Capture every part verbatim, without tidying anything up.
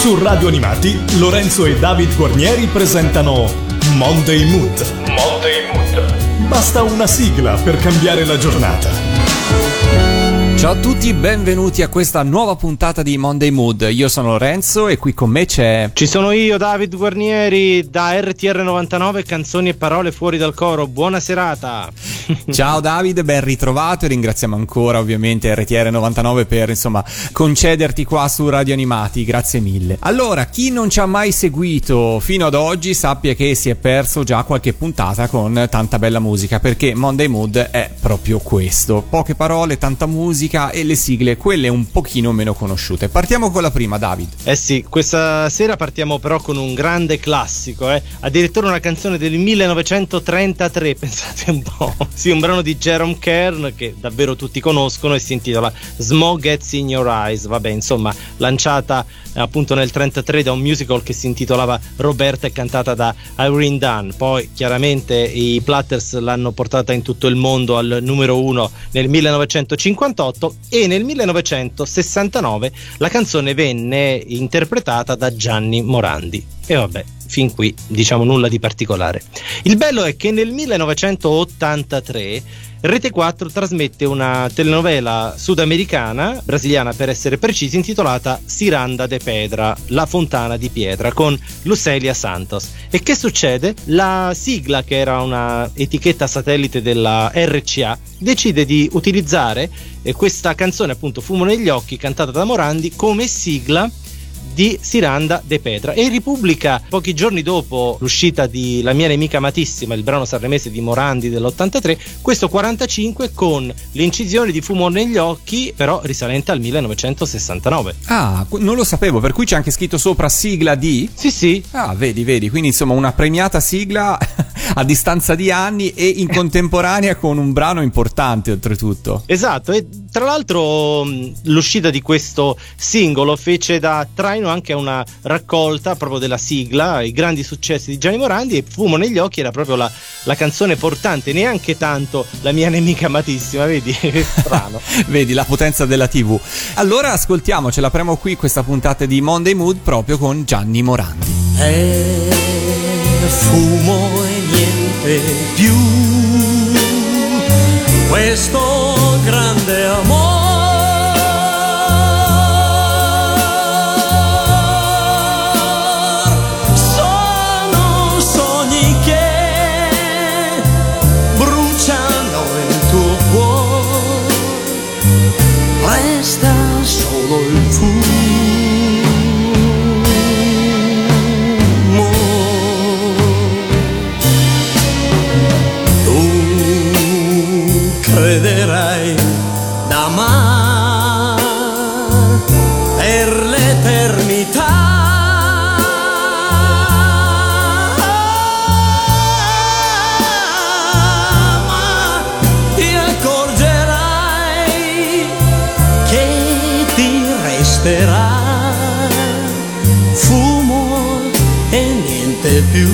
Su Radio Animati, Lorenzo e David Guarnieri presentano Monday Mood. Monday Mood. Basta una sigla per cambiare la giornata. Ciao a tutti, benvenuti a questa nuova puntata di Monday Mood. Io sono Lorenzo e qui con me c'è... Ci sono io, David Guarnieri, da R T R novantanove, canzoni e parole fuori dal coro. Buona serata. Ciao David, ben ritrovato e ringraziamo ancora ovviamente R T R novantanove per insomma concederti qua su Radio Animati, grazie mille. Allora, chi non ci ha mai seguito fino ad oggi sappia che si è perso già qualche puntata con tanta bella musica, perché Monday Mood è proprio questo: poche parole, tanta musica e le sigle, quelle un pochino meno conosciute. Partiamo con la prima, David. Eh sì, questa sera partiamo però con un grande classico, eh? Addirittura una canzone del millenovecentotrentatré, pensate un po'. Sì, un brano di Jerome Kern che davvero tutti conoscono e si intitola Smoke Gets in Your Eyes. Vabbè, insomma, lanciata eh, appunto nel trentatré da un musical che si intitolava Roberta e cantata da Irene Dunn. Poi chiaramente i Platters l'hanno portata in tutto il mondo al numero uno nel millenovecentocinquantotto e nel millenovecentosessantanove la canzone venne interpretata da Gianni Morandi. E vabbè, fin qui diciamo nulla di particolare. Il bello è che nel millenovecentottantatré Rete quattro trasmette una telenovela sudamericana, brasiliana per essere precisi, intitolata Ciranda de Pedra, la fontana di pietra, con Lucelia Santos. E che succede? La sigla, che era una etichetta satellite della R C A, decide di utilizzare eh, questa canzone, appunto Fumo negli occhi, cantata da Morandi, come sigla di Ciranda de Pedra. E Repubblica, pochi giorni dopo l'uscita di La mia nemica amatissima, il brano sanremese di Morandi dell'ottantatré, questo quarantacinque con l'incisione di Fumo negli occhi, però risalente al millenovecentosessantanove. Ah, non lo sapevo, per cui c'è anche scritto sopra sigla di? Sì, sì. Ah, vedi, vedi, quindi insomma una premiata sigla a distanza di anni e in contemporanea con un brano importante oltretutto. Esatto, e tra l'altro l'uscita di questo singolo fece da traino anche a una raccolta proprio della sigla, i grandi successi di Gianni Morandi, e Fumo negli occhi era proprio la, la canzone portante, neanche tanto La mia nemica amatissima, vedi? Strano. Vedi la potenza della tivù. Allora ascoltiamocela, apriamo qui questa puntata di Monday Mood proprio con Gianni Morandi. È fumo e niente più, questo grande amore. Resta solo il fumo. Tu crederai d'amar per l'eternità, ma ti accorgerai che ti resterà fumo e niente più.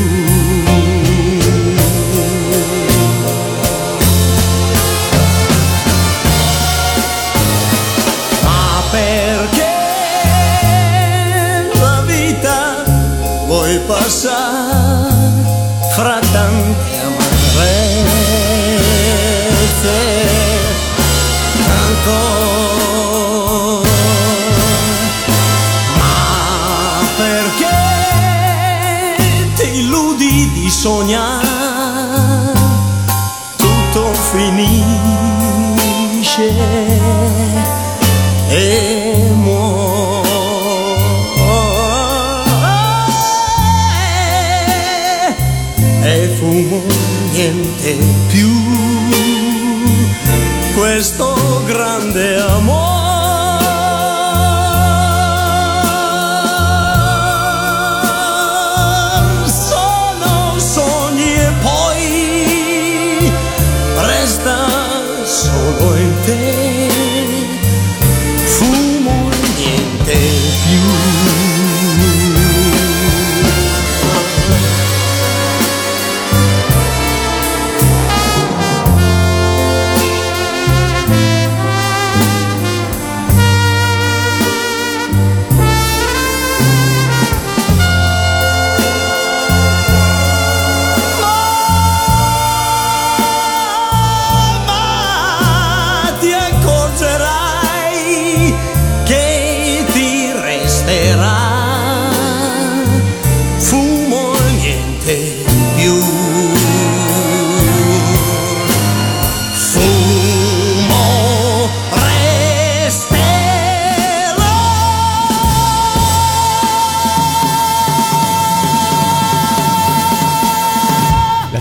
Ma perché la vita vuoi passare fra tante amarezze ancora? Di sognare tutto finisce e muore e fumo niente più, questo grande amore. Solo in te, fumo e niente più.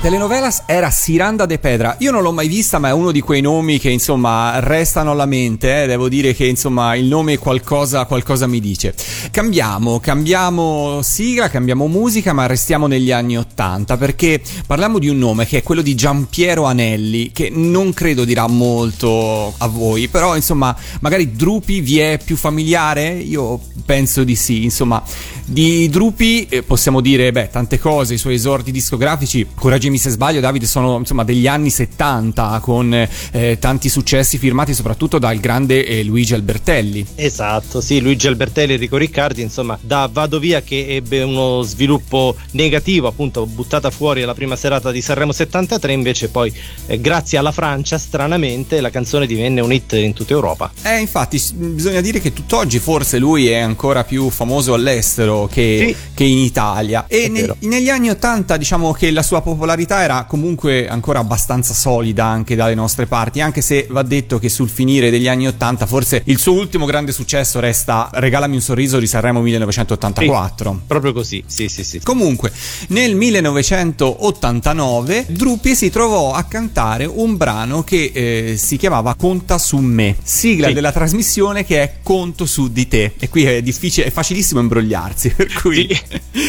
telenovelas era Siranda de Pedra. Io non l'ho mai vista, ma è uno di quei nomi che insomma restano alla mente, eh. Devo dire che insomma il nome qualcosa, qualcosa mi dice. Cambiamo, cambiamo sigla, cambiamo musica, ma restiamo negli anni ottanta, perché parliamo di un nome che è quello di Giampiero Anelli, che non credo dirà molto a voi, però insomma magari Drupi vi è più familiare? Io penso di sì. Insomma, di Drupi eh, possiamo dire beh tante cose. I suoi esordi discografici, correggimi se sbaglio Davide, sono insomma degli anni settanta, con eh, tanti successi firmati soprattutto dal grande eh, Luigi Albertelli. Esatto, sì, Luigi Albertelli e Enrico Riccardi, insomma, da Vado Via, che ebbe uno sviluppo negativo, appunto buttata fuori alla prima serata di Sanremo settantatré, invece poi eh, grazie alla Francia stranamente la canzone divenne un hit in tutta Europa. Eh infatti bisogna dire che tutt'oggi forse lui è ancora più famoso all'estero che, sì, che in Italia, e ne, negli anni ottanta diciamo che la sua popolarità era comunque ancora abbastanza solida anche dalle nostre parti, anche se va detto che sul finire degli anni ottanta forse il suo ultimo grande successo resta Regalami un sorriso di Sanremo millenovecentottantaquattro. Sì, proprio così, sì sì sì. Comunque nel millenovecentottantanove Drupi si trovò a cantare un brano che eh, si chiamava Conta su me, sigla sì. della trasmissione che è Conto su di te, e qui è difficile, è facilissimo imbrogliarsi, per cui sì.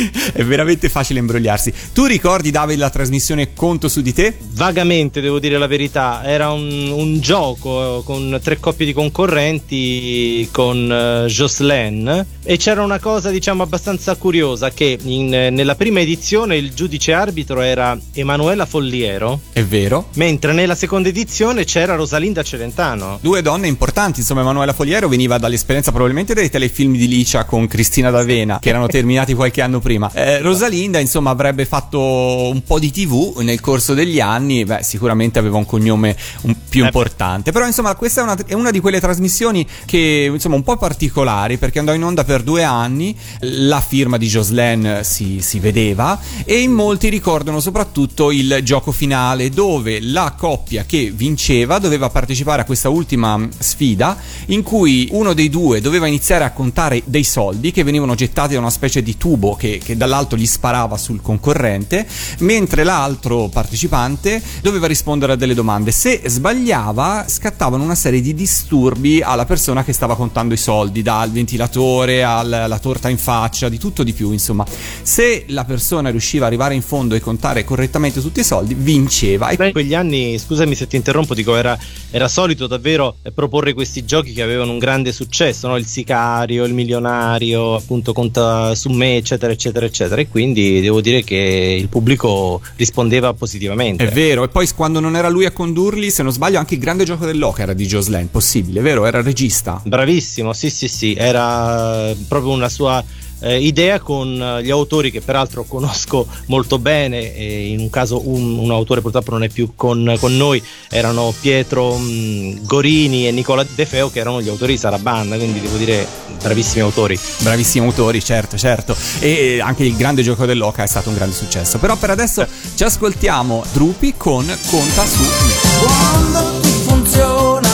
è veramente facile imbrogliarsi. Tu ricordi, Davide, la trasmissione Conto su di te? Vagamente, devo dire la verità. Era un, un gioco con tre coppie di concorrenti, con uh, Jocelyn, e c'era una cosa diciamo abbastanza curiosa, che in, nella prima edizione il giudice arbitro era Emanuela Folliero, è vero, mentre nella seconda edizione c'era Rosalinda Celentano. Due donne importanti, insomma. Emanuela Folliero veniva dall'esperienza probabilmente dei telefilm di Licia con Cristina D'Avena, che erano terminati qualche anno prima. eh, Rosalinda insomma avrebbe fatto un po' di tivù nel corso degli anni, beh sicuramente aveva un cognome un più importante, però insomma questa è una, è una di quelle trasmissioni che insomma un po' particolari, perché andò in onda per due anni, la firma di Jocelyn si, si vedeva, e in molti ricordano soprattutto il gioco finale, dove la coppia che vinceva doveva partecipare a questa ultima sfida, in cui uno dei due doveva iniziare a contare dei soldi che venivano gettati da una specie di tubo che, che dall'alto gli sparava sul concorrente, mentre l'altro partecipante doveva rispondere a delle domande. Se sbagliava scattavano una serie di disturbi alla persona che stava contando i soldi, dal ventilatore alla torta in faccia, di tutto di più, insomma. Se la persona riusciva ad arrivare in fondo e contare correttamente tutti i soldi, vinceva. Beh, in quegli anni, scusami se ti interrompo, dico era, era solito davvero proporre questi giochi che avevano un grande successo, no? Il sicario, il milionario, appunto Conta su me, eccetera eccetera eccetera, e quindi devo dire che il pubblico rispondeva positivamente. È vero, e poi quando non era lui a condurli, se non sbaglio anche il grande gioco dell'oca era di Jocelyn, possibile, vero? Era il regista. Bravissimo, sì sì sì, era proprio una sua Eh, idea, con uh, gli autori che peraltro conosco molto bene, e in un caso un, un autore purtroppo non è più con, con noi, erano Pietro mh, Gorini e Nicola De Feo, che erano gli autori di Sarabanda, quindi devo dire bravissimi autori. Bravissimi autori, certo certo, e anche il grande gioco dell'oca è stato un grande successo. Però per adesso ci ascoltiamo Drupi con Conta su me. Quando ti funziona,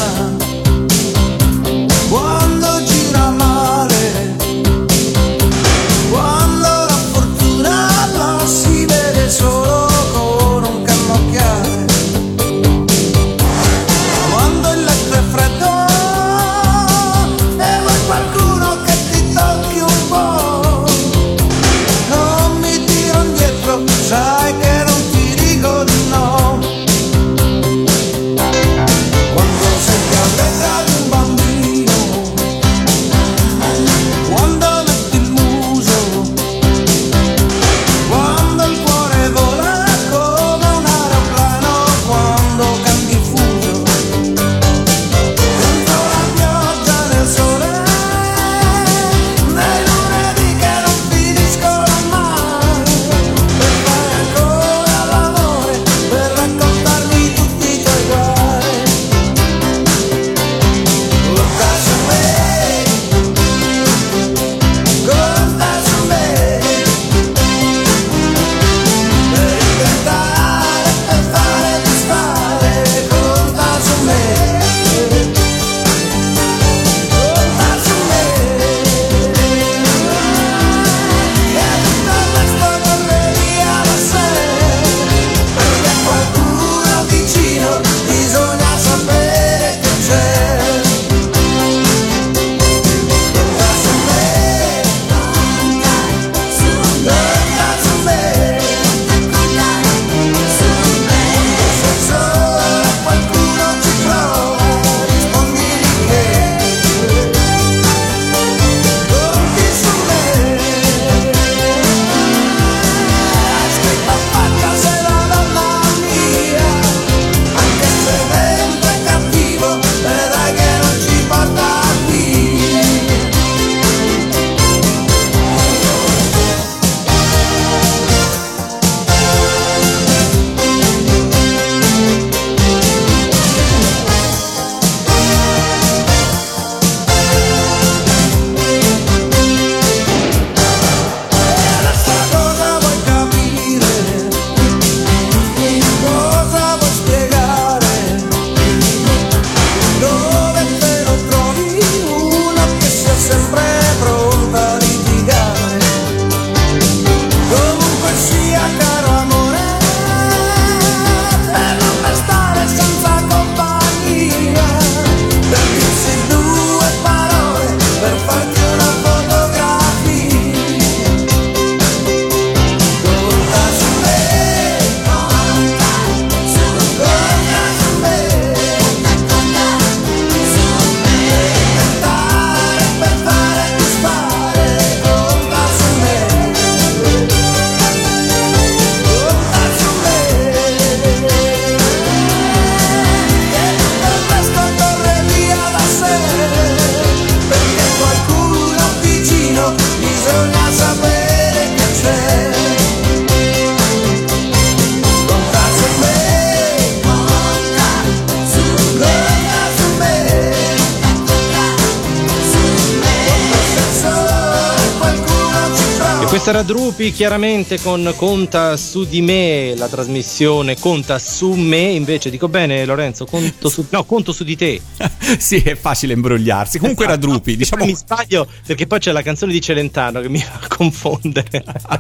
quando gira male, quando la fortuna la si vede solo con un cannocchiale, quando il letto è freddo e vuoi qualcuno che ti tocchi un po', non mi tiro indietro, sai che non ti dico di no. Questa era Drupi, chiaramente con Conta su di me, la trasmissione Conta su me, invece dico bene Lorenzo, conto su, no, conto su di te. Sì, è facile imbrogliarsi. Comunque era Drupi, no, diciamo. Mi sbaglio perché poi c'è la canzone di Celentano che mi fa confondere.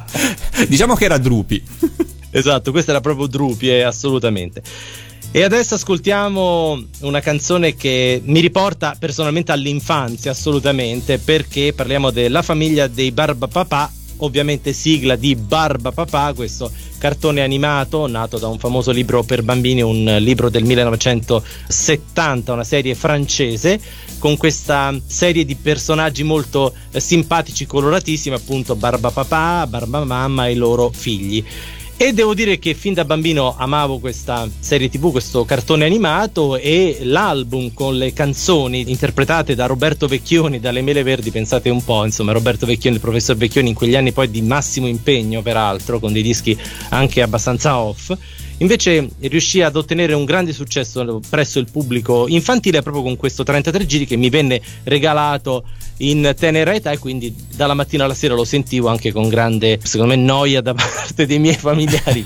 Diciamo che era Drupi. Esatto, questa era proprio Drupi, eh, assolutamente. E adesso ascoltiamo una canzone che mi riporta personalmente all'infanzia, assolutamente, perché parliamo della famiglia dei Barbapapà, ovviamente sigla di Barbapapà, questo cartone animato nato da un famoso libro per bambini, un libro del millenovecentosettanta, una serie francese, con questa serie di personaggi molto eh, simpatici, coloratissimi, appunto Barbapapà, Barbamamma e i loro figli. E devo dire che fin da bambino amavo questa serie tv, questo cartone animato, e l'album con le canzoni interpretate da Roberto Vecchioni, dalle Mele Verdi, pensate un po', insomma Roberto Vecchioni, il professor Vecchioni, in quegli anni poi di massimo impegno peraltro, con dei dischi anche abbastanza off, invece riuscì ad ottenere un grande successo presso il pubblico infantile proprio con questo trentatré giri che mi venne regalato in tenera età, e quindi dalla mattina alla sera lo sentivo anche con grande, secondo me, noia da parte dei miei familiari.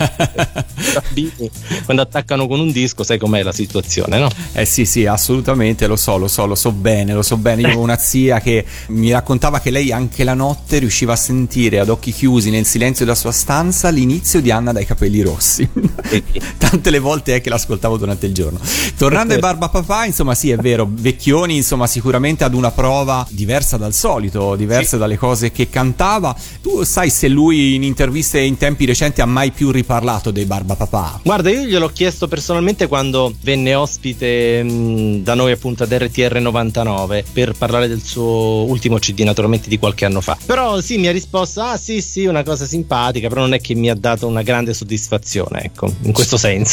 Bambini, quando attaccano con un disco, sai com'è la situazione, no? Eh sì, sì, assolutamente, lo so, lo so, lo so bene, lo so bene. Io avevo una zia che mi raccontava che lei anche la notte riusciva a sentire ad occhi chiusi nel silenzio della sua stanza l'inizio di Anna dai capelli rossi. Tante le volte è che l'ascoltavo durante il giorno. Tornando ai Barbapapà, insomma, sì, è vero, Vecchioni, insomma, sicuramente ad una prova diversa dal solito, diversa sì. dalle cose che cantava. Tu sai se lui in interviste in tempi recenti ha mai più riparlato dei Barbapapà? Guarda, io gliel'ho chiesto personalmente quando venne ospite mh, da noi appunto ad R T R novantanove per parlare del suo ultimo C D, naturalmente di qualche anno fa. Però sì, mi ha risposto, ah sì sì, una cosa simpatica, però non è che mi ha dato una grande soddisfazione, ecco, in questo senso.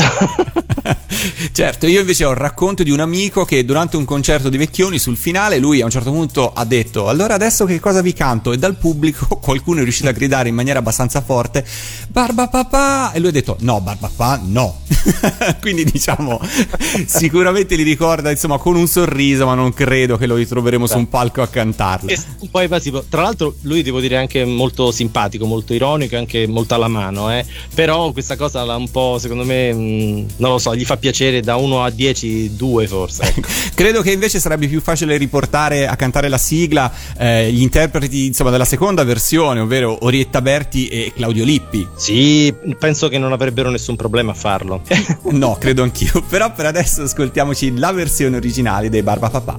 Certo, io invece ho il racconto di un amico che durante un concerto di Vecchioni, sul finale, lui a un certo punto ha detto: allora adesso che cosa vi canto? E dal pubblico qualcuno è riuscito a gridare in maniera abbastanza forte: Barbapapà! E lui ha detto: no, Barbapapà no. Quindi diciamo sicuramente li ricorda, insomma, con un sorriso, ma non credo che lo ritroveremo su un palco a cantarlo. È un po' evasivo. Tra l'altro lui, devo dire, anche molto simpatico, molto ironico e anche molto alla mano, eh. Però questa cosa l'ha un po', secondo me, mh, non lo so, gli fa piacere da uno a dieci, due forse, ecco. Credo che invece sarebbe più facile riportare a cantare la sigla eh, gli interpreti, insomma, della seconda versione, ovvero Orietta Berti e Claudio Lippi. Sì, penso che non avrebbero nessun problema a farlo. No, credo anch'io. Però per adesso ascoltiamoci la versione originale dei Barbapapà.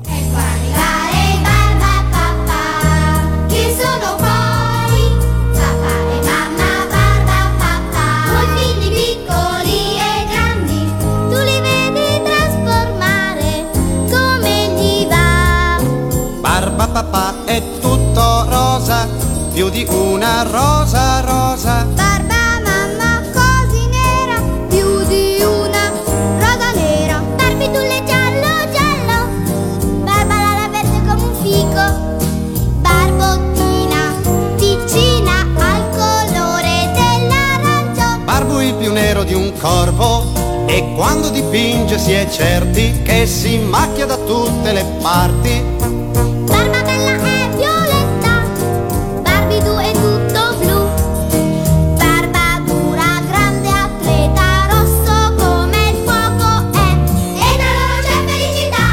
Barbapapà è tutto rosa, più di una rosa rosa. Barbamamma così nera, più di una rosa nera. Barbitulle giallo giallo, Barbara verde come un fico. Barbottina vicina al colore dell'arancio. Barbu il più nero di un corvo, e quando dipinge si è certi che si macchia da tutte le parti. Barbabella è violetta, Barbidu è tutto blu. Barbapura grande atleta, rosso come il fuoco è, e da loro c'è felicità.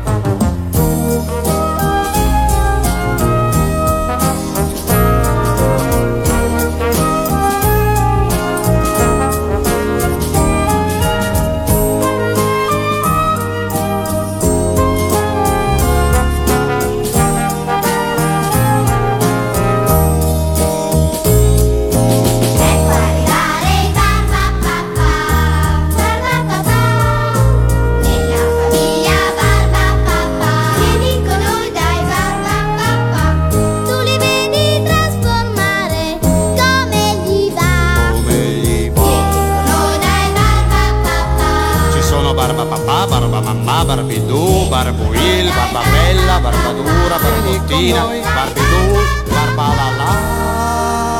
Barbamamma, Barbidù, Barbuil, Barbabella, Barbadura, Barbottina, Barbidù, Barbalala.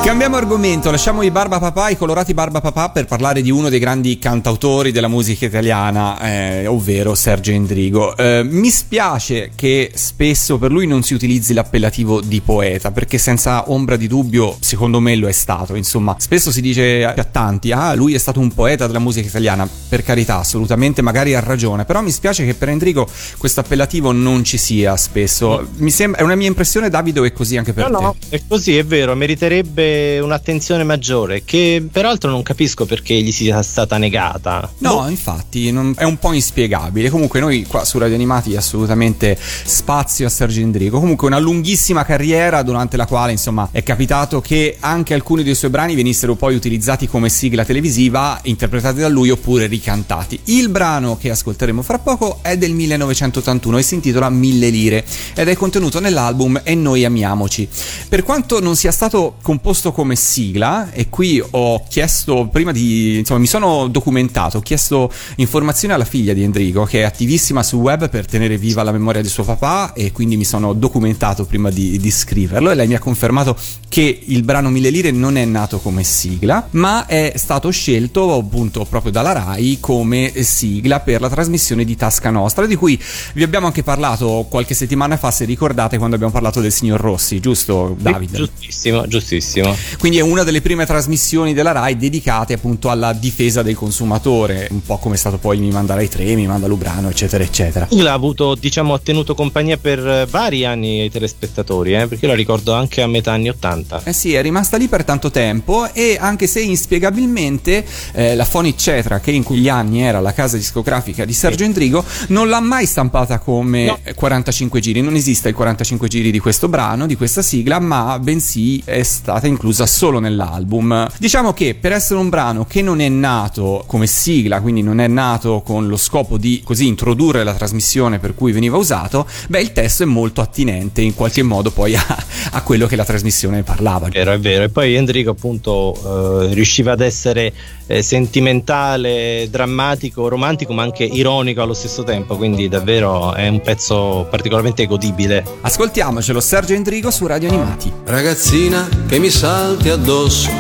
Cambiamo argomento, lasciamo i Barbapapà, i colorati Barbapapà, per parlare di uno dei grandi cantautori della musica italiana, eh, ovvero Sergio Endrigo. Eh, mi spiace che spesso per lui non si utilizzi l'appellativo di poeta, perché senza ombra di dubbio, secondo me, lo è stato. Insomma, spesso si dice a tanti, ah, lui è stato un poeta della musica italiana. Per carità, assolutamente, magari ha ragione, però mi spiace che per Endrigo questo appellativo non ci sia spesso. Mi sembra, è una mia impressione, Davide, o è così anche per no, te? No, è così, è vero, meriterebbe un'attenzione maggiore, che peraltro non capisco perché gli sia stata negata. No, boh. infatti non, è un po' inspiegabile. Comunque noi qua su Radio Animati assolutamente spazio a Sergio Endrigo. Comunque una lunghissima carriera, durante la quale insomma è capitato che anche alcuni dei suoi brani venissero poi utilizzati come sigla televisiva, interpretati da lui oppure ricantati. Il brano che ascolteremo fra poco è del millenovecentottantuno e si intitola Mille lire ed è contenuto nell'album E noi amiamoci. Per quanto non sia stato composto come sigla, e qui ho chiesto prima di, insomma mi sono documentato, ho chiesto informazioni alla figlia di Endrigo, che è attivissima sul web per tenere viva la memoria di suo papà, e quindi mi sono documentato prima di, di scriverlo, e lei mi ha confermato che il brano Mille lire non è nato come sigla, ma è stato scelto appunto proprio dalla Rai come sigla per la trasmissione di Tasca Nostra, di cui vi abbiamo anche parlato qualche settimana fa, se ricordate, quando abbiamo parlato del signor Rossi, giusto Davide? Giustissimo, giustissimo. Quindi è una delle prime trasmissioni della Rai dedicate appunto alla difesa del consumatore, un po' come è stato poi Mi manda Rai tre, Mi manda Lubrano, eccetera eccetera. L'ha avuto, diciamo, ha tenuto compagnia per vari anni ai telespettatori, eh? Perché io la ricordo anche a metà anni ottanta. Eh sì, è rimasta lì per tanto tempo, e anche se inspiegabilmente eh, la Fonic Cetra, che in quegli anni era la casa discografica di Sergio Endrigo, non l'ha mai stampata come no. quarantacinque giri. Non esiste il quarantacinque giri di questo brano, di questa sigla, ma bensì è stata inclusa solo nell'album. Diciamo che per essere un brano che non è nato come sigla, quindi non è nato con lo scopo di così introdurre la trasmissione per cui veniva usato, beh, il testo è molto attinente in qualche modo poi a, a quello che la trasmissione parlava. È vero, è vero. E poi Endrigo appunto eh, riusciva ad essere eh, sentimentale, drammatico, romantico, ma anche ironico allo stesso tempo, quindi davvero è un pezzo particolarmente godibile. Ascoltiamocelo, Sergio Endrigo su Radio Animati. Ragazzina che mi salti addosso,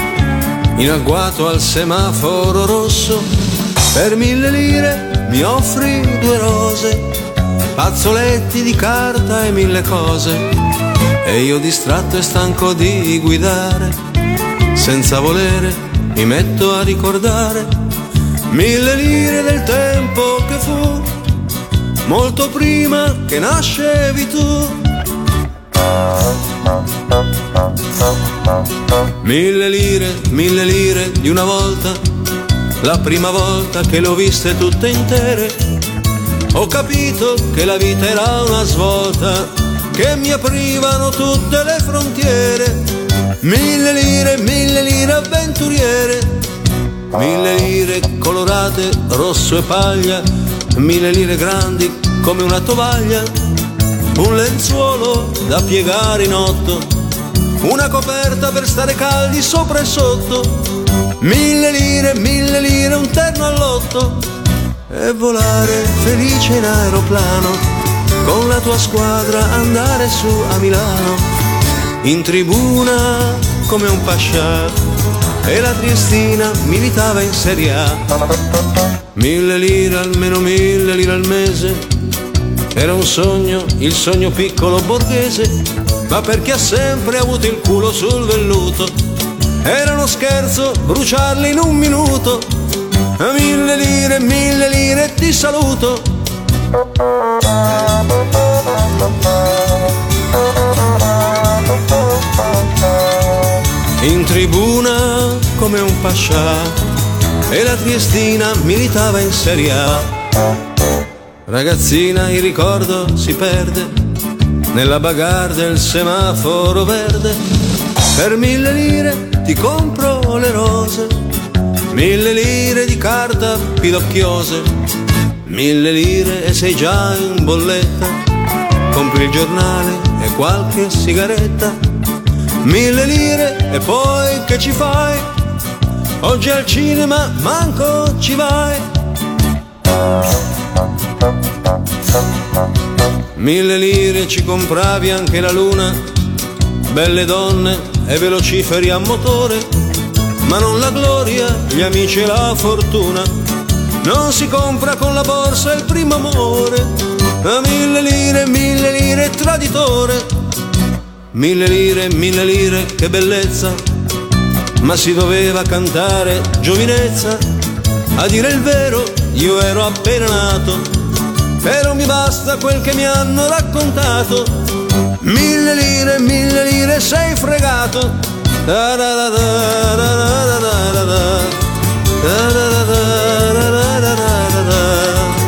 in agguato al semaforo rosso, per mille lire mi offri due rose, fazzoletti di carta e mille cose, e io distratto e stanco di guidare, senza volere mi metto a ricordare mille lire del tempo che fu, molto prima che nascevi tu. Mille lire, mille lire di una volta, la prima volta che le ho viste tutte intere, ho capito che la vita era una svolta, che mi aprivano tutte le frontiere. Mille lire, mille lire avventuriere, mille lire colorate rosso e paglia, mille lire grandi come una tovaglia, un lenzuolo da piegare in otto, una coperta per stare caldi sopra e sotto. Mille lire, mille lire, un terno all'otto, e volare felice in aeroplano, con la tua squadra andare su a Milano, in tribuna come un pascià, e la Triestina militava in Serie A. Mille lire, almeno mille lire al mese, era un sogno, il sogno piccolo borghese, ma per chi ha sempre avuto il culo sul velluto, era uno scherzo bruciarli in un minuto. Mille lire, mille lire, ti saluto. In tribuna come un pascià, e la Triestina militava in Serie A. Ragazzina, il ricordo si perde nella bagarre del semaforo verde, per mille lire ti compro le rose, mille lire di carta pidocchiose, mille lire e sei già in bolletta, compri il giornale e qualche sigaretta, mille lire e poi che ci fai? Oggi al cinema manco ci vai. Mille lire ci compravi anche la luna, belle donne e velociferi a motore, ma non la gloria, gli amici e la fortuna. Non si compra con la borsa il primo amore, a mille lire, mille lire traditore. Mille lire, mille lire, che bellezza, ma si doveva cantare giovinezza. A dire il vero, io ero appena nato, però mi basta quel che mi hanno raccontato. Mille lire, mille lire, sei fregato. Da da da da da da da da da. Da da da da da da da da da.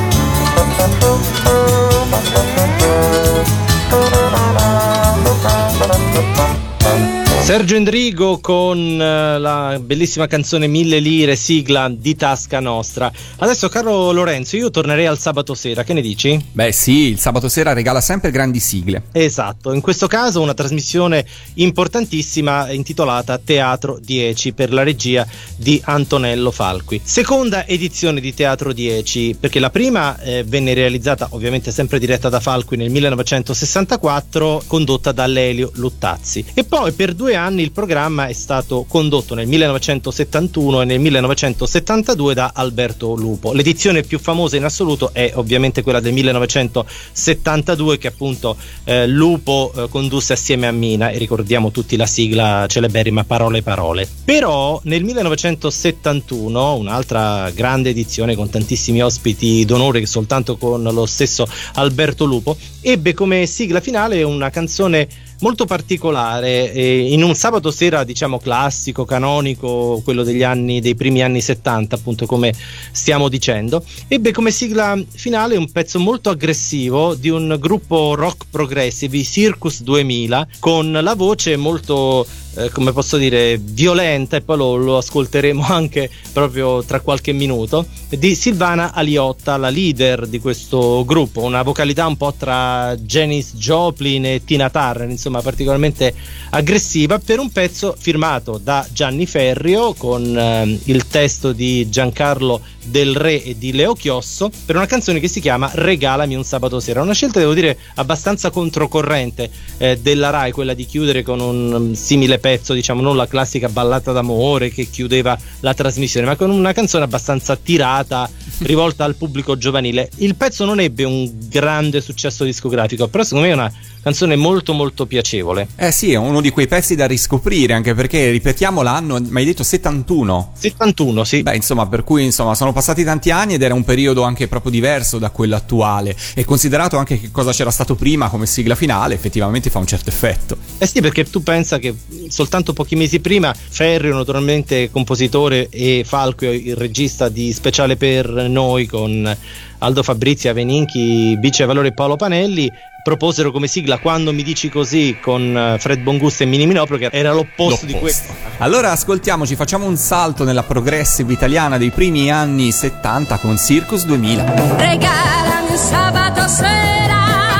Sergio Endrigo con uh, la bellissima canzone Mille lire, sigla di Tasca Nostra. Adesso, caro Lorenzo, io tornerei al sabato sera, che ne dici? Beh sì, il sabato sera regala sempre grandi sigle. Esatto, in questo caso una trasmissione importantissima intitolata Teatro dieci per la regia di Antonello Falqui. Seconda edizione di Teatro dieci, perché la prima eh, venne realizzata, ovviamente sempre diretta da Falqui, nel millenovecentosessantaquattro, condotta da Lelio Luttazzi. E poi per due anni il programma è stato condotto nel millenovecentosettantuno e nel millenovecentosettantadue da Alberto Lupo. L'edizione più famosa in assoluto è ovviamente quella del millenovecentosettantadue, che appunto eh, Lupo eh, condusse assieme a Mina, e ricordiamo tutti la sigla celeberrima Parole Parole. Però nel millenovecentosettantuno, un'altra grande edizione con tantissimi ospiti d'onore, che soltanto con lo stesso Alberto Lupo, ebbe come sigla finale una canzone molto particolare, eh, in un sabato sera diciamo classico, canonico, quello degli anni, dei primi anni settanta, appunto, come stiamo dicendo. Ebbe come sigla finale un pezzo molto aggressivo di un gruppo rock progressive, i Circus duemila, con la voce molto eh, come posso dire, violenta, e poi lo, lo ascolteremo anche proprio tra qualche minuto, di Silvana Aliotta, la leader di questo gruppo, una vocalità un po' tra Janis Joplin e Tina Turner, insomma particolarmente aggressiva, per un pezzo firmato da Gianni Ferrio con eh, il testo di Giancarlo Del Re e di Leo Chiosso, per una canzone che si chiama Regalami un sabato sera. Una scelta, devo dire, abbastanza controcorrente eh, della Rai, quella di chiudere con un um, simile pezzo, diciamo non la classica ballata d'amore che chiudeva la trasmissione, ma con una canzone abbastanza tirata, rivolta al pubblico giovanile. Il pezzo non ebbe un grande successo discografico, però secondo me è una canzone molto molto piacevole. Eh sì, è uno di quei pezzi da riscoprire, anche perché, ripetiamo l'anno, mi hai detto settantuno? settantuno, sì. Beh, insomma, per cui insomma sono passati tanti anni ed era un periodo anche proprio diverso da quello attuale, e considerato anche che cosa c'era stato prima come sigla finale, effettivamente fa un certo effetto. Eh sì, perché tu pensa che soltanto pochi mesi prima Ferrio, naturalmente compositore, e Falco, il regista di Speciale per Noi, con Aldo Fabrizi, Aveninchi, Bice Valore e Paolo Panelli, proposero come sigla Quando mi dici così, con Fred Bongusto e Mini Minopro, che era l'opposto, l'opposto di questo. Allora ascoltiamoci, facciamo un salto nella progressive italiana dei primi anni settanta con Circus duemila. Regalami un sabato sera,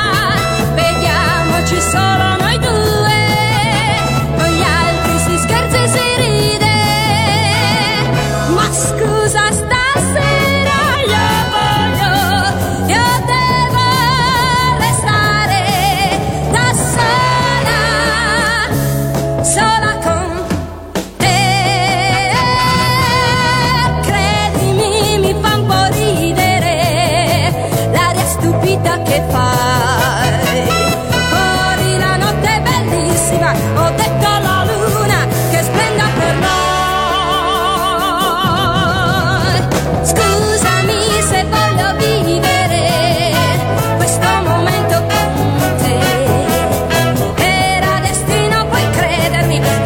vediamoci solo noi due, con gli altri si scherza e si ride, ma scusa stasera io voglio, io devo restare da sola, sola con te. Credimi, mi fa un po' ridere l'aria stupida che fai. Fuori la notte è bellissima, ho detto alla luna che splenda per noi. Scusami se voglio vivere questo momento con te. Era destino, puoi credermi,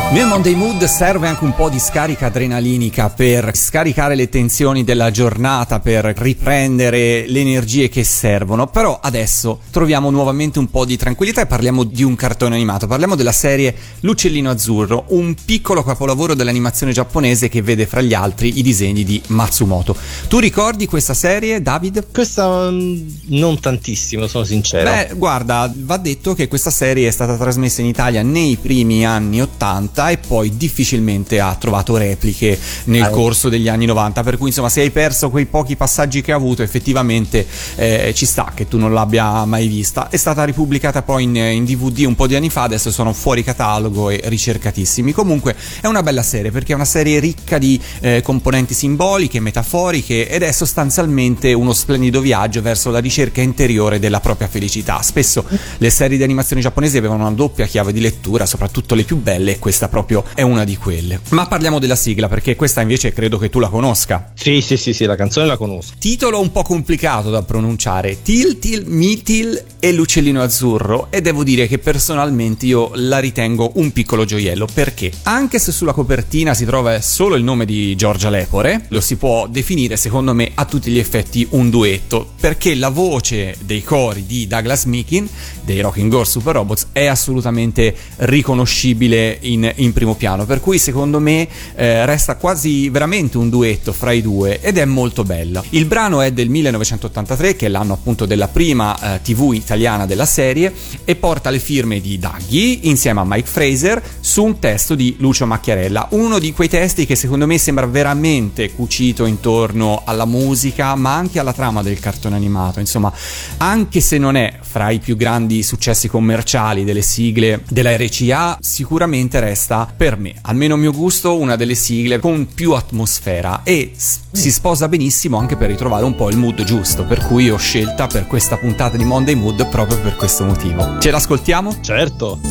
Nel Monday Mood serve anche un po' di scarica adrenalinica per scaricare le tensioni della giornata, per riprendere le energie che servono, però adesso troviamo nuovamente un po' di tranquillità e parliamo di un cartone animato, parliamo della serie L'Uccellino Azzurro, un piccolo capolavoro dell'animazione giapponese che vede fra gli altri i disegni di Matsumoto. Tu ricordi questa serie, David? Questa um, non tantissimo, sono sincero. Beh, guarda, va detto che questa serie è stata trasmessa in Italia nei primi anni ottanta e poi difficilmente ha trovato repliche nel ah, corso degli anni novanta, per cui insomma se hai perso quei pochi passaggi che ha avuto effettivamente eh, ci sta che tu non l'abbia mai vista. È stata ripubblicata poi in, in D V D un po' di anni fa, adesso sono fuori catalogo e ricercatissimi. Comunque è una bella serie perché è una serie ricca di eh, componenti simboliche, metaforiche, ed è sostanzialmente uno splendido viaggio verso la ricerca interiore della propria felicità. Spesso le serie di animazione giapponesi avevano una doppia chiave di lettura, soprattutto le più belle, e questa proprio è una di quelle. Ma parliamo della sigla, perché questa invece credo che tu la conosca. Sì, sì, sì, sì, la canzone la conosco. Titolo un po' complicato da pronunciare: Til Til Mitil e l'Uccellino Azzurro, e devo dire che personalmente io la ritengo un piccolo gioiello, perché anche se sulla copertina si trova solo il nome di Giorgia Lepore, lo si può definire secondo me a tutti gli effetti un duetto, perché la voce dei cori di Douglas Meakin dei Rocking Horse Super Robots è assolutamente riconoscibile in, in primo piano, per cui secondo me eh, resta quasi veramente un duetto fra i due ed è molto bella. Il brano è del millenovecentottantatré, che è l'anno appunto della prima eh, tivù italiana della serie, e porta le firme di Daggy insieme a Mike Fraser su un testo di Lucio Macchiarella, uno di quei testi che secondo me sembra veramente cucito intorno alla musica ma anche alla trama del cartone animato. Insomma, anche se non è fra i più grandi successi commerciali delle sigle della R C A, sicuramente resta per me, almeno a mio gusto, una delle sigle con più atmosfera e s- si sposa benissimo anche per ritrovare un po' il mood giusto, per cui ho scelta per questa puntata di Monday Mood proprio per questo motivo. Ce l'ascoltiamo? Certo.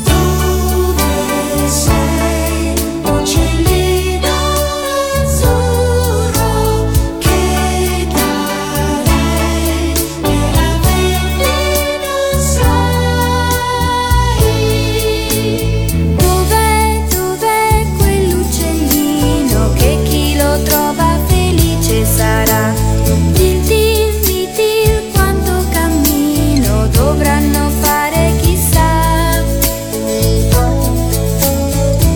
Uccellino azzurro che darei per averti, non sai dov'è, dov'è quell'uccellino che chi lo trova felice sarà. Til til mitil, quanto cammino dovranno fare chissà.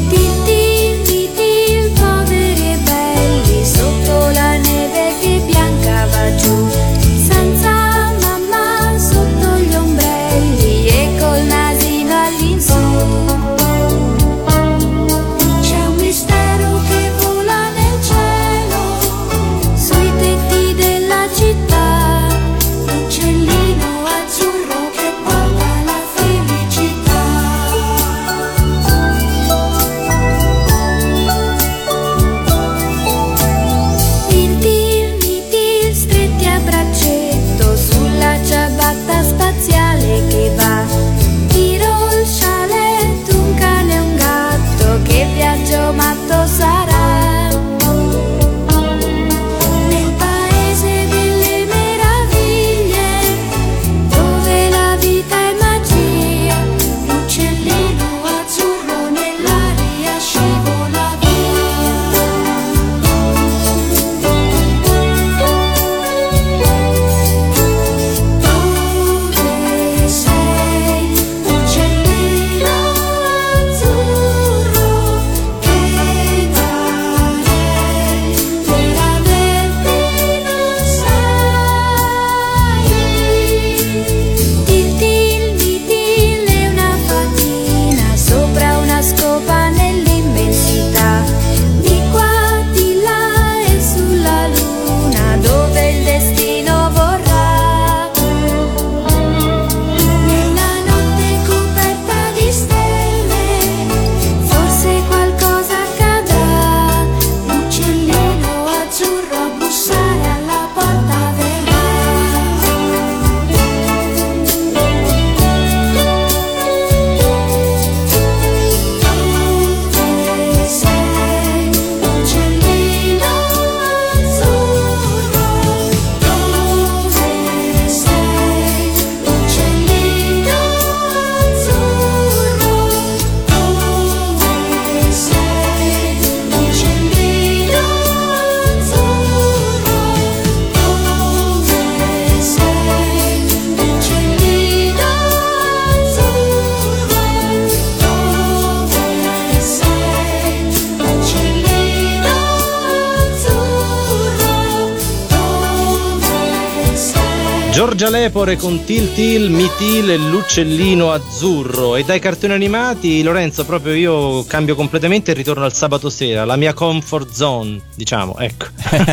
Mangia lepore con Til Til, Mitil e l'uccellino azzurro. E dai cartoni animati, Lorenzo, proprio io cambio completamente e ritorno al sabato sera, la mia comfort zone, diciamo, ecco.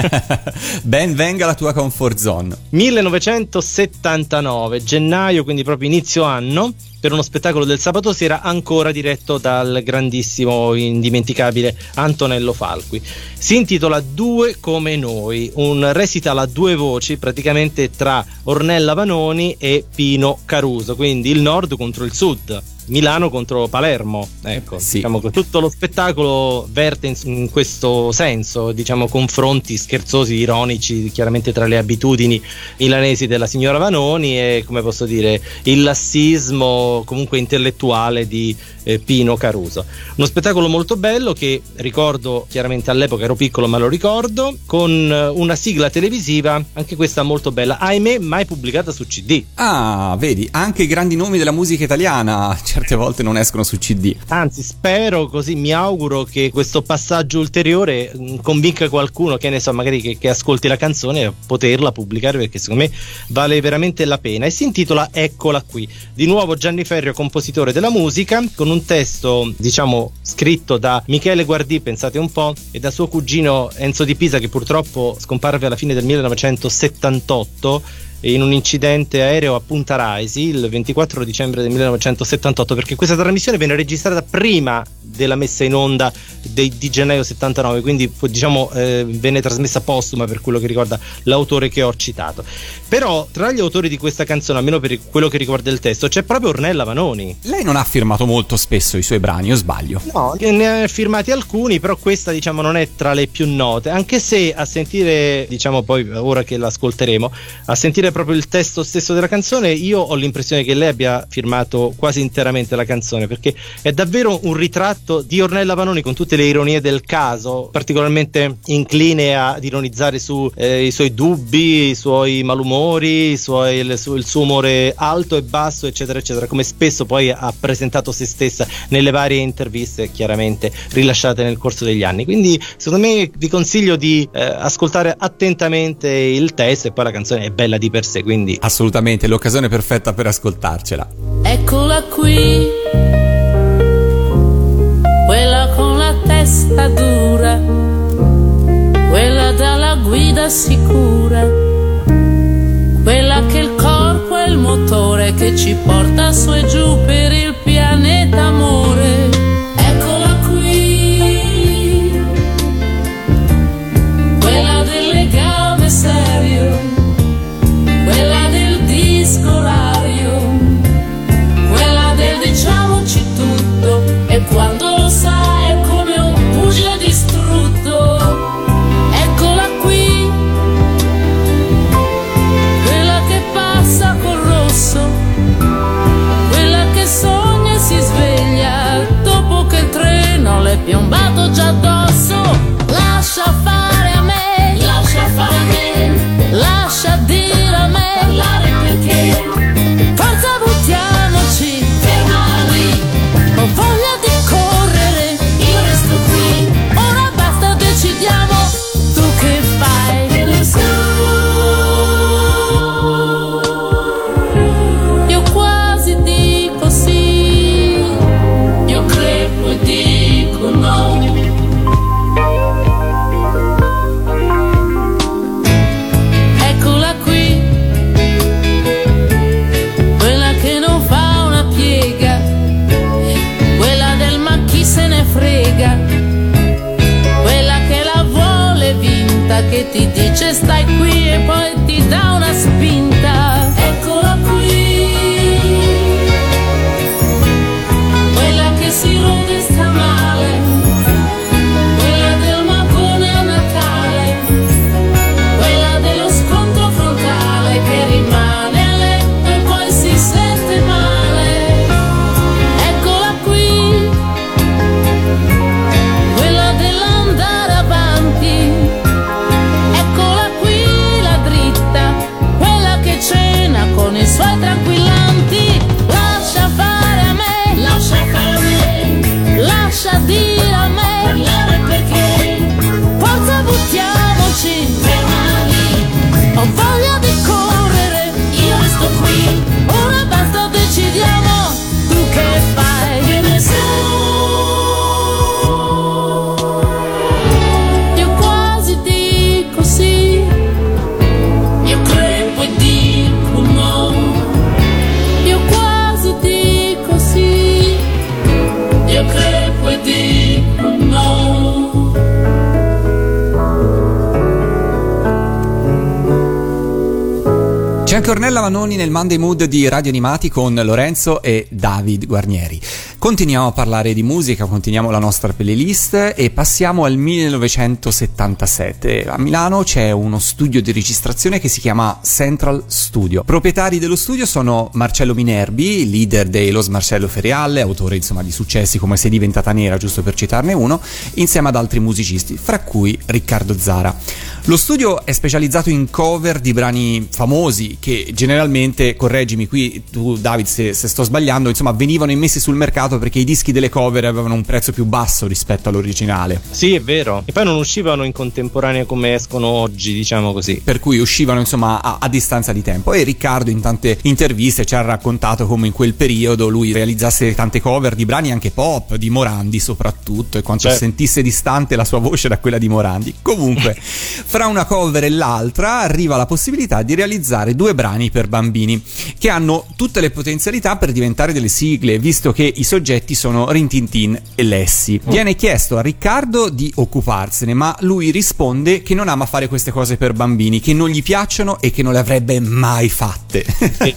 Ben venga la tua comfort zone. millenovecentosettantanove, gennaio, quindi proprio inizio anno, per uno spettacolo del sabato sera ancora diretto dal grandissimo, indimenticabile Antonello Falqui. Si intitola Due come noi, un recital a due voci praticamente tra Ornella Vanoni e Pino Caruso, quindi il nord contro il sud, Milano contro Palermo, ecco, sì. Diciamo che tutto lo spettacolo verte in, in questo senso, diciamo confronti scherzosi, ironici, chiaramente tra le abitudini milanesi della signora Vanoni e, come posso dire, il lassismo comunque intellettuale di eh, Pino Caruso. Uno spettacolo molto bello che ricordo, chiaramente all'epoca ero piccolo ma lo ricordo, con una sigla televisiva, anche questa molto bella, ahimè mai pubblicata su C D. Ah, vedi, anche i grandi nomi della musica italiana certe volte non escono su C D. Anzi, spero, così mi auguro che questo passaggio ulteriore mh, convinca qualcuno, che ne so, magari che, che ascolti la canzone, a poterla pubblicare, perché secondo me vale veramente la pena. E si intitola Eccola qui. Di nuovo Gianni Ferrio, compositore della musica, con un testo, diciamo, scritto da Michele Guardì, pensate un po', e da suo cugino Enzo Di Pisa, che purtroppo scomparve alla fine del millenovecentosettantotto in un incidente aereo a Punta Raisi il ventiquattro dicembre del millenovecentosettantotto, perché questa trasmissione venne registrata prima della messa in onda dei, di gennaio settantanove, quindi diciamo eh, venne trasmessa postuma per quello che riguarda l'autore che ho citato. Però tra gli autori di questa canzone, almeno per quello che riguarda il testo, c'è proprio Ornella Vanoni. Lei non ha firmato molto spesso i suoi brani, o sbaglio? No, ne ha firmati alcuni, però questa diciamo non è tra le più note, anche se a sentire, diciamo poi ora che l'ascolteremo, a sentire proprio il testo stesso della canzone, io ho l'impressione che lei abbia firmato quasi interamente la canzone, perché è davvero un ritratto di Ornella Vanoni con tutte le ironie del caso, particolarmente incline ad ironizzare su eh, i suoi dubbi, i suoi malumori, i suoi, il, su, il suo umore alto e basso, eccetera eccetera, come spesso poi ha presentato se stessa nelle varie interviste chiaramente rilasciate nel corso degli anni. Quindi secondo me vi consiglio di eh, ascoltare attentamente il testo, e poi la canzone è bella di per sé, quindi assolutamente l'occasione perfetta per ascoltarcela. Eccola qui, quella con la testa dura, quella dalla guida sicura, quella che il corpo è il motore che ci porta su e giù per il pianeta amore. Eccola qui, quella del legame serio, quella del discolario, quella del diciamoci tutto, e quando lo sai è come un pugile distrutto. Eccola qui, quella che passa col rosso, quella che sogna e si sveglia dopo che il treno le è piombato già addosso. Lascia fare a me, lascia fare a me, lascia dire a me, parlare perché, forza buttiamoci, ferma lì, ho voglia di correre, io resto qui, ora basta, decidiamo, tu che fai, che ne so. Io quasi dico sì, io crepo e dico no. Eccola qui, quella che non fa una piega, quella del ma chi se ne frega, quella che la vuole vinta, che ti dice stai qui e poi ti dà una spinta. Eccola qui, quella che si rode e sta male, quella del magone a Natale, quella dello scontro frontale che rimane a letto e poi si sente male. Eccola qui, quella dell'andare avanti, eccola qui la dritta, quella che cena con i suoi tranquillanti. Lascia fare a me, lascia fare a me, lascia dire a me, parlare perché, forza buttiamoci, ferma lì, ho voglia di correre, io Rincornella Vanoni nel Monday Mood di Radio Animati con Lorenzo e David Guarnieri. Continuiamo a parlare di musica, continuiamo la nostra playlist e passiamo al millenovecentosettantasette. A Milano c'è uno studio di registrazione che si chiama Central Studio. Proprietari dello studio sono Marcello Minerbi, leader dei Los Marcello Ferialle, autore insomma di successi come Sei diventata nera, giusto per citarne uno, insieme ad altri musicisti, fra cui Riccardo Zara. Lo studio è specializzato in cover di brani famosi che generalmente, correggimi qui tu David se, se sto sbagliando, insomma venivano immessi sul mercato perché i dischi delle cover avevano un prezzo più basso rispetto all'originale. Sì, è vero. E poi non uscivano in contemporanea come escono oggi, diciamo così. Per cui uscivano insomma a, a distanza di tempo. E Riccardo in tante interviste ci ha raccontato come in quel periodo lui realizzasse tante cover di brani anche pop, di Morandi soprattutto, e quanto certo. sentisse distante la sua voce da quella di Morandi. Comunque fra una cover e l'altra arriva la possibilità di realizzare due brani per bambini che hanno tutte le potenzialità per diventare delle sigle, visto che i soggetti sono Rin Tin Tin e Lassie. Viene chiesto a Riccardo di occuparsene, ma lui risponde che non ama fare queste cose per bambini, che non gli piacciono e che non le avrebbe mai fatte. Sì.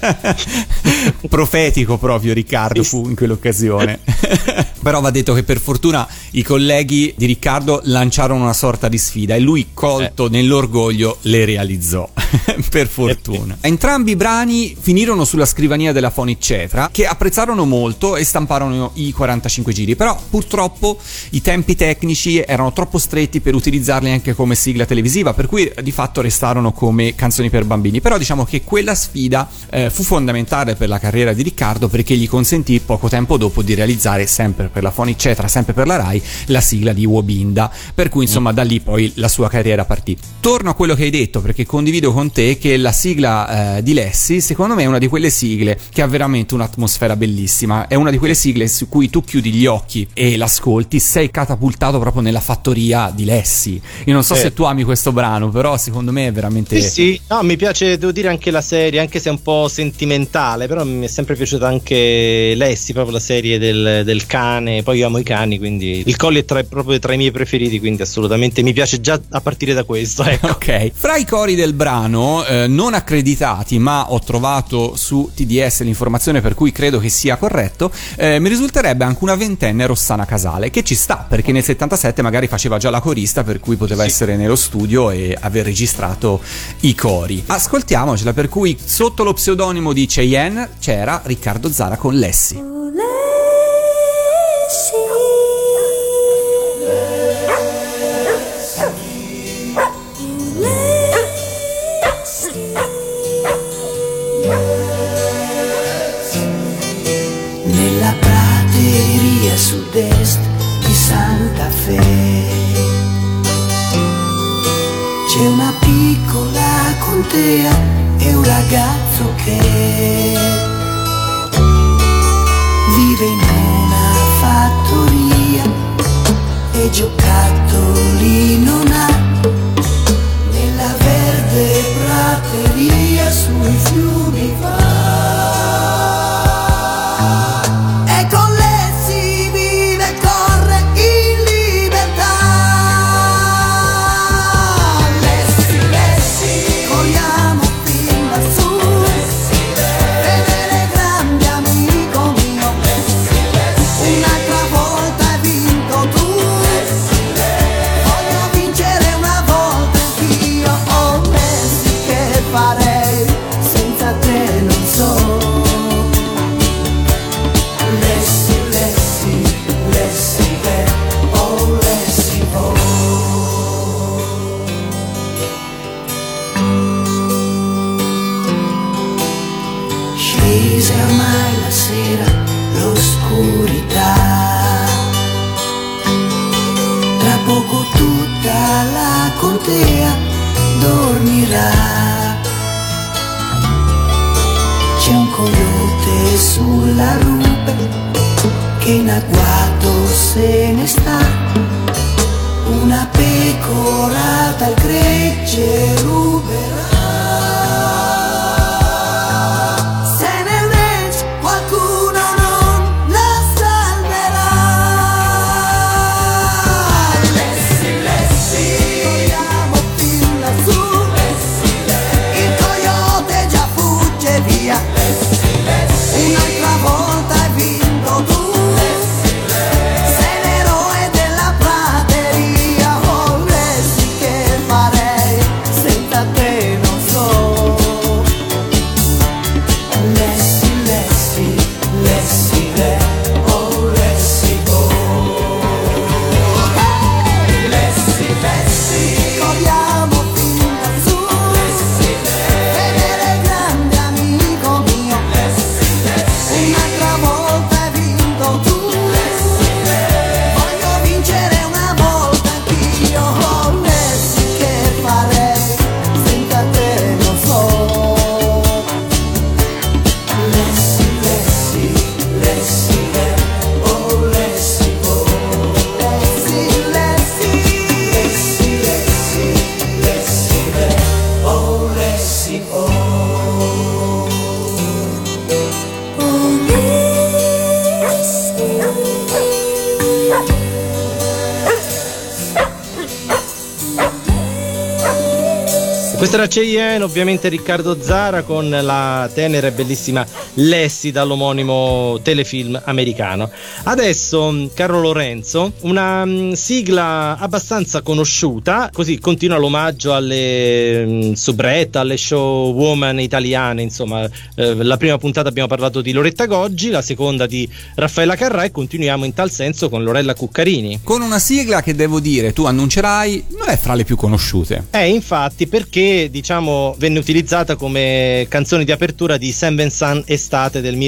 Profetico proprio Riccardo fu in quell'occasione. Però va detto che per fortuna i colleghi di Riccardo lanciarono una sorta di sfida e lui, colto eh. nell'orgoglio, le realizzò. Per fortuna. Eh. Entrambi i brani finirono sulla scrivania della Phonic Cetra, che apprezzarono molto e stamparono i quarantacinque giri, però purtroppo i tempi tecnici erano troppo stretti per utilizzarli anche come sigla televisiva, per cui di fatto restarono come canzoni per bambini. Però diciamo che quella sfida eh, fu fondamentale per la carriera di Riccardo, perché gli consentì poco tempo dopo di realizzare, sempre per la Phonic Cetra, sempre per la Rai, la sigla di Wobinda, per cui insomma mm. da lì poi la sua carriera partì. Torno a quello che hai detto, perché condivido con te che la sigla eh, di Lassie secondo me è una di quelle sigle che ha veramente un'atmosfera bellissima, è una di quelle sigle su cui tu chiudi gli occhi e l'ascolti, sei catapultato proprio nella fattoria di Lassie. Io non so eh. se tu ami questo brano, però secondo me è veramente sì sì, no, mi piace, devo dire, anche la serie, anche se è un po' sentimentale, però mi è sempre piaciuta anche Lassie, proprio la serie del, del cane. Poi io amo i cani, quindi il Collie è tra, proprio tra i miei preferiti, quindi assolutamente mi piace già a partire da questo, ecco. Ok, fra i cori del brano eh, non accreditati, ma ho trovato su T D S l'informazione per cui credo che sia corretto, eh, mi risulterebbe anche una ventenne Rossana Casale, che ci sta perché nel settantasette magari faceva già la corista, per cui poteva sì. essere nello studio e aver registrato i cori. Ascoltiamocela, per cui sotto lo pseudonimo di Cheyenne c'era Riccardo Zara con Lassie. Nella prateria sud-est di Santa Fe c'è una piccola contea e un ragazzo che vive in una fattoria e giocattoli non ha. Nella verde prateria sui fiumi va. Dormirà, c'è un coyote sulla rupe che in agguato se ne sta, una pecora dal gregge ruberà. Food Questa era Cheyenne, ovviamente Riccardo Zara con la tenera e bellissima Lassie dall'omonimo telefilm americano. Adesso, caro Lorenzo, una mh, sigla abbastanza conosciuta, così continua l'omaggio alle mh, soubrette, alle showwoman italiane, insomma, eh, la prima puntata abbiamo parlato di Loretta Goggi, la seconda di Raffaella Carrà e continuiamo in tal senso con Lorella Cuccarini. Con una sigla che devo dire, tu annuncerai, non è fra le più conosciute. Eh, infatti, perché diciamo venne utilizzata come canzone di apertura di Saint Vincent Estate del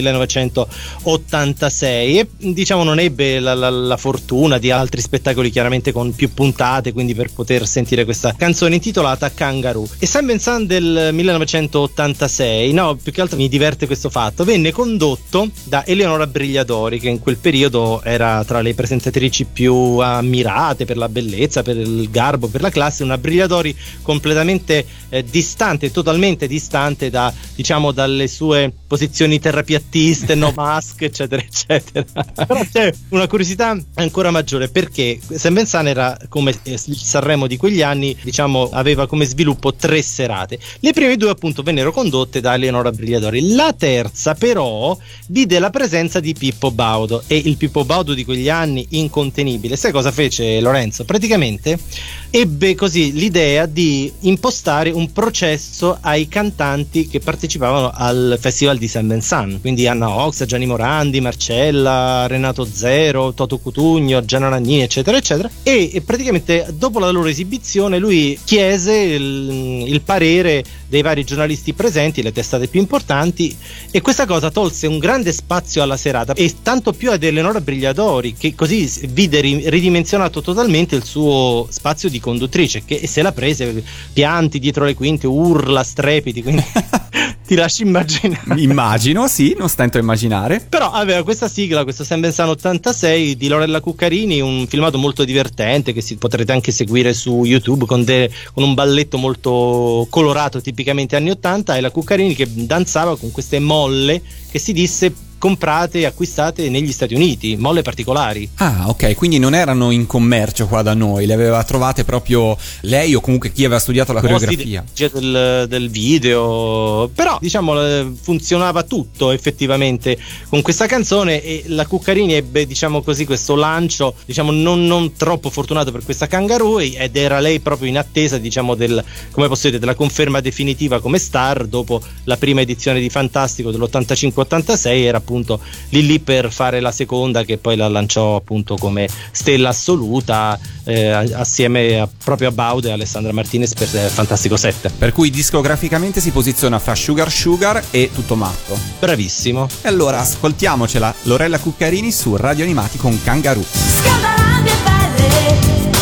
millenovecentottantasei e diciamo non ebbe la, la, la fortuna di altri spettacoli chiaramente con più puntate, quindi per poter sentire questa canzone intitolata Kangaroo. E Saint Vincent del millenovecentottantasei, no, più che altro mi diverte questo fatto, venne condotto da Eleonora Brigliadori, che in quel periodo era tra le presentatrici più ammirate per la bellezza, per il garbo, per la classe, una Brigliadori completamente eh, distante, totalmente distante da, diciamo, dalle sue posizioni terrapiattiste, no mask, eccetera, eccetera. Però c'è una curiosità ancora maggiore, perché Saint Vincent era come il Sanremo di quegli anni, diciamo, aveva come sviluppo tre serate. Le prime due appunto vennero condotte da Eleonora Brigliadori. La terza però vide la presenza di Pippo Baudo, e il Pippo Baudo di quegli anni incontenibile. Sai cosa fece Lorenzo? Praticamente ebbe così l'idea di impostare un processo ai cantanti che partecipavano al Festival di Saint Vincent, quindi Anna Oxa, Gianni Morandi, Marcella, Renato Zero, Toto Cutugno, Gianna Nannini, eccetera eccetera, e, e praticamente dopo la loro esibizione lui chiese il, il parere dei vari giornalisti presenti, le testate più importanti, e questa cosa tolse un grande spazio alla serata, e tanto più ad Eleonora Brigliadori, che così vide ridimensionato totalmente il suo spazio di conduttrice, che se la prese, pianti dietro le quinte, urla, strepiti, quindi ti lasci immaginare. Immagino, sì, non stento a immaginare. Però aveva questa sigla, questo Saint Vincent ottantasei di Lorella Cuccarini, un filmato molto divertente che si potrete anche seguire su YouTube, con, de, con un balletto molto colorato tipicamente anni ottanta, e la Cuccarini che danzava con queste molle che si disse comprate e acquistate negli Stati Uniti, molle particolari. Ah, ok, quindi non erano in commercio qua da noi, le aveva trovate proprio lei o comunque chi aveva studiato la coreografia. Del, del video, però diciamo funzionava tutto effettivamente con questa canzone, e la Cuccarini ebbe, diciamo così, questo lancio, diciamo non, non troppo fortunato per questa Kangaroo, ed era lei proprio in attesa, diciamo, del, come posso dire, della conferma definitiva come star dopo la prima edizione di Fantastico dell'ottantacinque ottantasei. Era appunto lì lì per fare la seconda, che poi la lanciò appunto come stella assoluta eh, assieme a, proprio a Baudo e Alessandra Martinez per eh, Fantastico sette. Per cui discograficamente si posiziona fra Sugar Sugar e Tutto Matto. Bravissimo. E allora ascoltiamocela, Lorella Cuccarini su Radio Animati con Kangaroo. Scalda la mia pelle,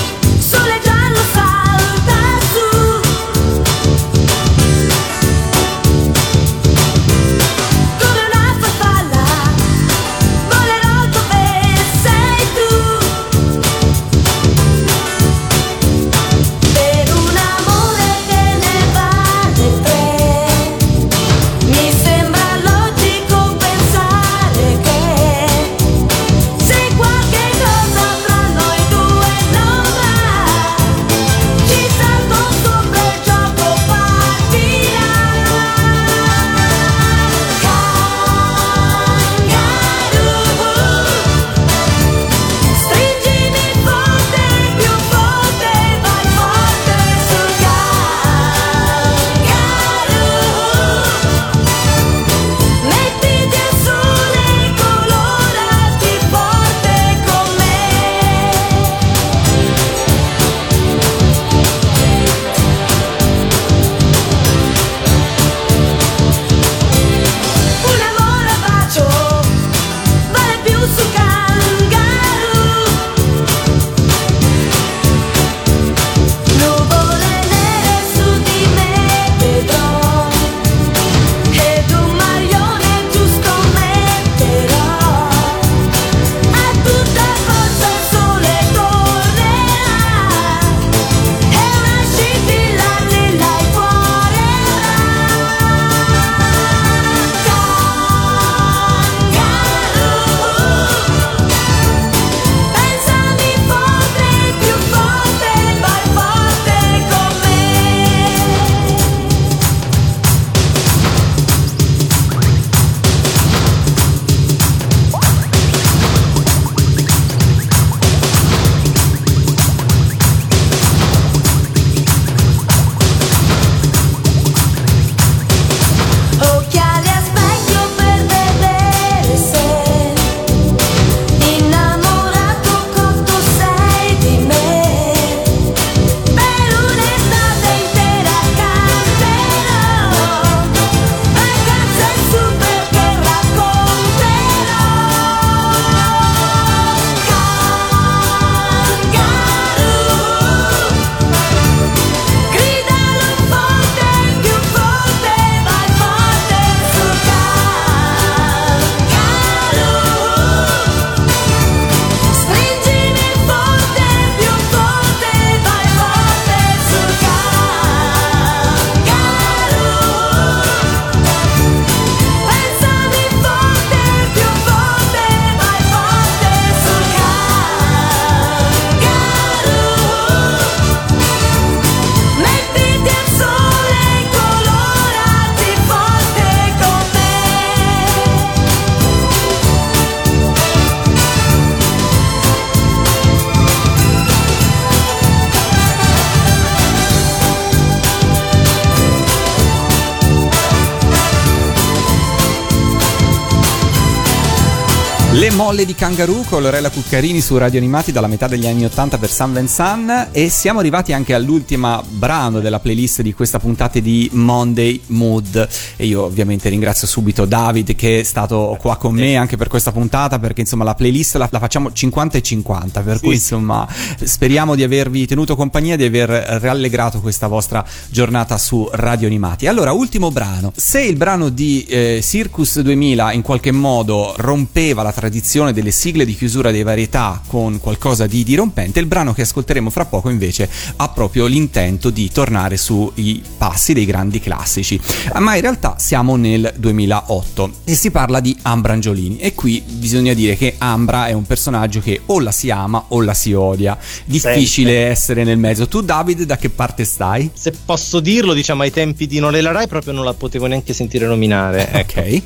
sole giallo salta su. Come una farfalla, volerò dove sei tu. Per un amore che ne vale tre, mi sembra logico pensare che se qualche cosa Le molle di Kangaroo con Lorella Cuccarini su Radio Animati dalla metà degli anni ottanta per San Vincent, e siamo arrivati anche all'ultimo brano della playlist di questa puntata di Monday Mood, e io ovviamente ringrazio subito David che è stato qua con me anche per questa puntata, perché insomma la playlist la, la facciamo cinquanta e cinquanta, per sì, cui insomma speriamo di avervi tenuto compagnia, di aver rallegrato questa vostra giornata su Radio Animati. Allora, ultimo brano. Se il brano di eh, Circus duemila in qualche modo rompeva la tradizione delle sigle di chiusura dei varietà con qualcosa di dirompente, il brano che ascolteremo fra poco invece ha proprio l'intento di tornare sui passi dei grandi classici, ma in realtà siamo nel duemilaotto e si parla di Ambra Angiolini, e qui bisogna dire che Ambra è un personaggio che o la si ama o la si odia, difficile Sempre. essere nel mezzo. Tu David, da che parte stai? Se posso dirlo, diciamo ai tempi di Non è la Rai proprio non la potevo neanche sentire nominare, ecco. Ok.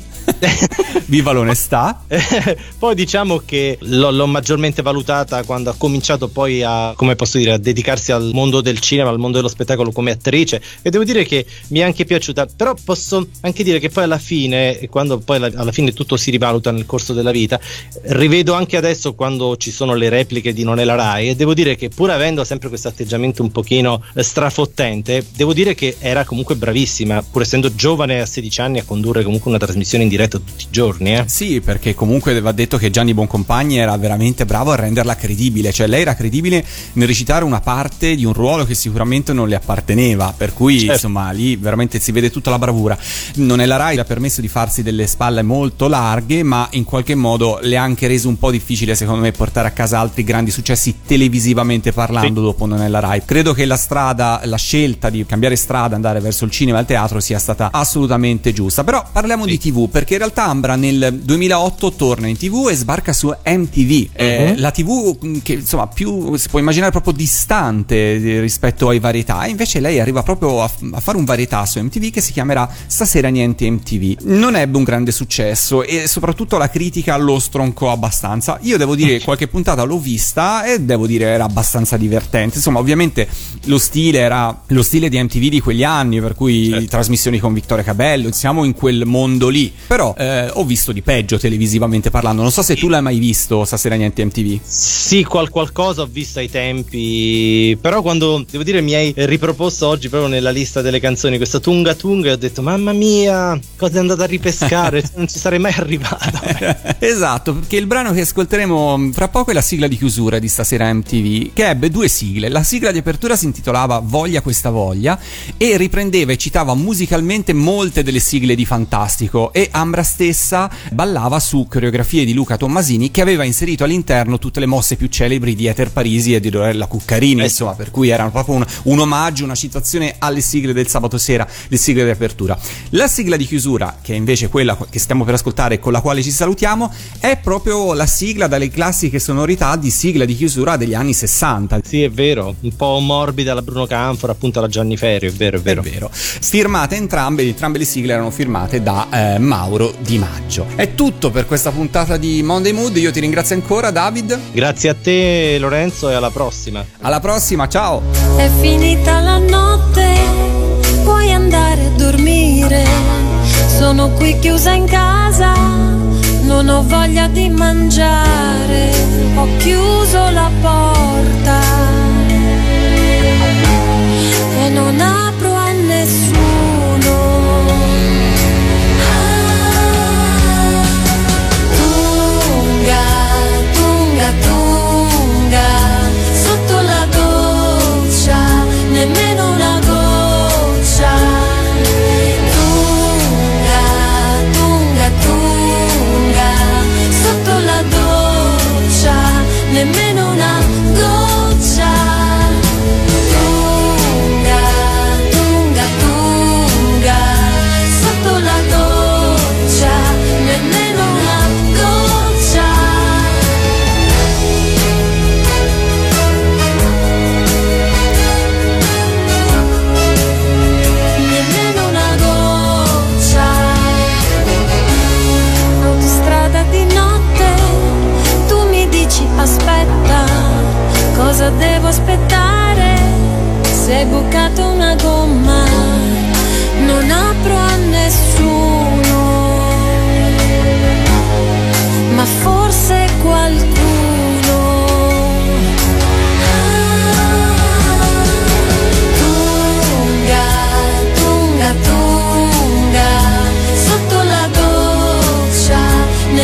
Viva l'onestà. Poi diciamo che l'ho, l'ho maggiormente valutata quando ha cominciato poi a, come posso dire, a dedicarsi al mondo del cinema, al mondo dello spettacolo come attrice, e devo dire che mi è anche piaciuta. Però posso anche dire che poi alla fine, quando poi alla, alla fine tutto si rivaluta nel corso della vita, rivedo anche adesso quando ci sono le repliche di Non è la Rai, e devo dire che pur avendo sempre questo atteggiamento un pochino strafottente, devo dire che era comunque bravissima, pur essendo giovane a sedici anni, a condurre comunque una trasmissione in diretta tutti i giorni, eh? Sì, perché comunque va detto che Gianni Boncompagni era veramente bravo a renderla credibile, cioè lei era credibile nel recitare una parte di un ruolo che sicuramente non le apparteneva, per cui certo. insomma lì veramente si vede tutta la bravura. Non è la Rai le ha permesso di farsi delle spalle molto larghe, ma in qualche modo le ha anche reso un po' difficile secondo me portare a casa altri grandi successi televisivamente parlando, sì. dopo Non è la Rai. Credo che la strada, la scelta di cambiare strada, andare verso il cinema e il teatro sia stata assolutamente giusta. Però parliamo sì. di tivù, perché in realtà Ambra nel duemilaotto torna in tivù e sbarca su M T V, uh-huh. eh, la tivù che insomma più si può immaginare proprio distante rispetto ai varietà, e invece lei arriva proprio a, a fare un varietà su M T V che si chiamerà Stasera Niente M T V. Non ebbe un grande successo e soprattutto la critica lo stroncò abbastanza. Io devo dire qualche puntata l'ho vista e devo dire era abbastanza divertente. Insomma, ovviamente lo stile era lo stile di M T V di quegli anni, per cui certo. trasmissioni con Vittoria Cabello, siamo in quel mondo lì. Però eh, ho visto di peggio televisivamente parlando. Non so se tu l'hai mai visto Stasera Niente M T V. Sì, qual- qualcosa ho visto ai tempi, però quando, devo dire, mi hai riproposto oggi proprio nella lista delle canzoni questa Tunga Tunga, e ho detto mamma mia, cosa è andata a ripescare, non ci sarei mai arrivato. Esatto, perché il brano che ascolteremo fra poco è la sigla di chiusura di Stasera M T V, che ebbe due sigle. La sigla di apertura si intitolava Voglia questa voglia e riprendeva e citava musicalmente molte delle sigle di Fantastico, e Ambra stessa ballava su coreografie di Luca Tommasini, che aveva inserito all'interno tutte le mosse più celebri di Eter Parisi e di Lorella Cuccarini, eh. insomma, per cui erano proprio un, un omaggio, una citazione alle sigle del sabato sera, le sigle di apertura. La sigla di chiusura, che è invece quella che stiamo per ascoltare e con la quale ci salutiamo, è proprio la sigla dalle classiche sonorità di sigla di chiusura degli anni sessanta. Sì, è vero, un po' morbida la Bruno Canfora, appunto la Gianni Ferri, è vero, è vero. È vero. Firmate entrambe, entrambe le sigle erano firmate da eh, Mauro Di Maggio. È tutto per questa puntata di Monday Mood. Io ti ringrazio ancora, David. Grazie a te, Lorenzo, e alla prossima. Alla prossima, ciao. È finita la notte, puoi andare a dormire. Sono qui chiusa in casa, non ho voglia di mangiare. Ho chiuso la porta e non apro a nessuno. Sotto la doccia, nemmeno una goccia. Tunga, tunga, tunga. Sotto la doccia, nemmeno una goccia. Tunga, tunga, tunga. Sotto la doccia, nemmeno una goccia. Aspetta, cosa devo aspettare? Se hai bucato una gomma, non apro a nessuno, ma forse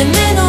nemmeno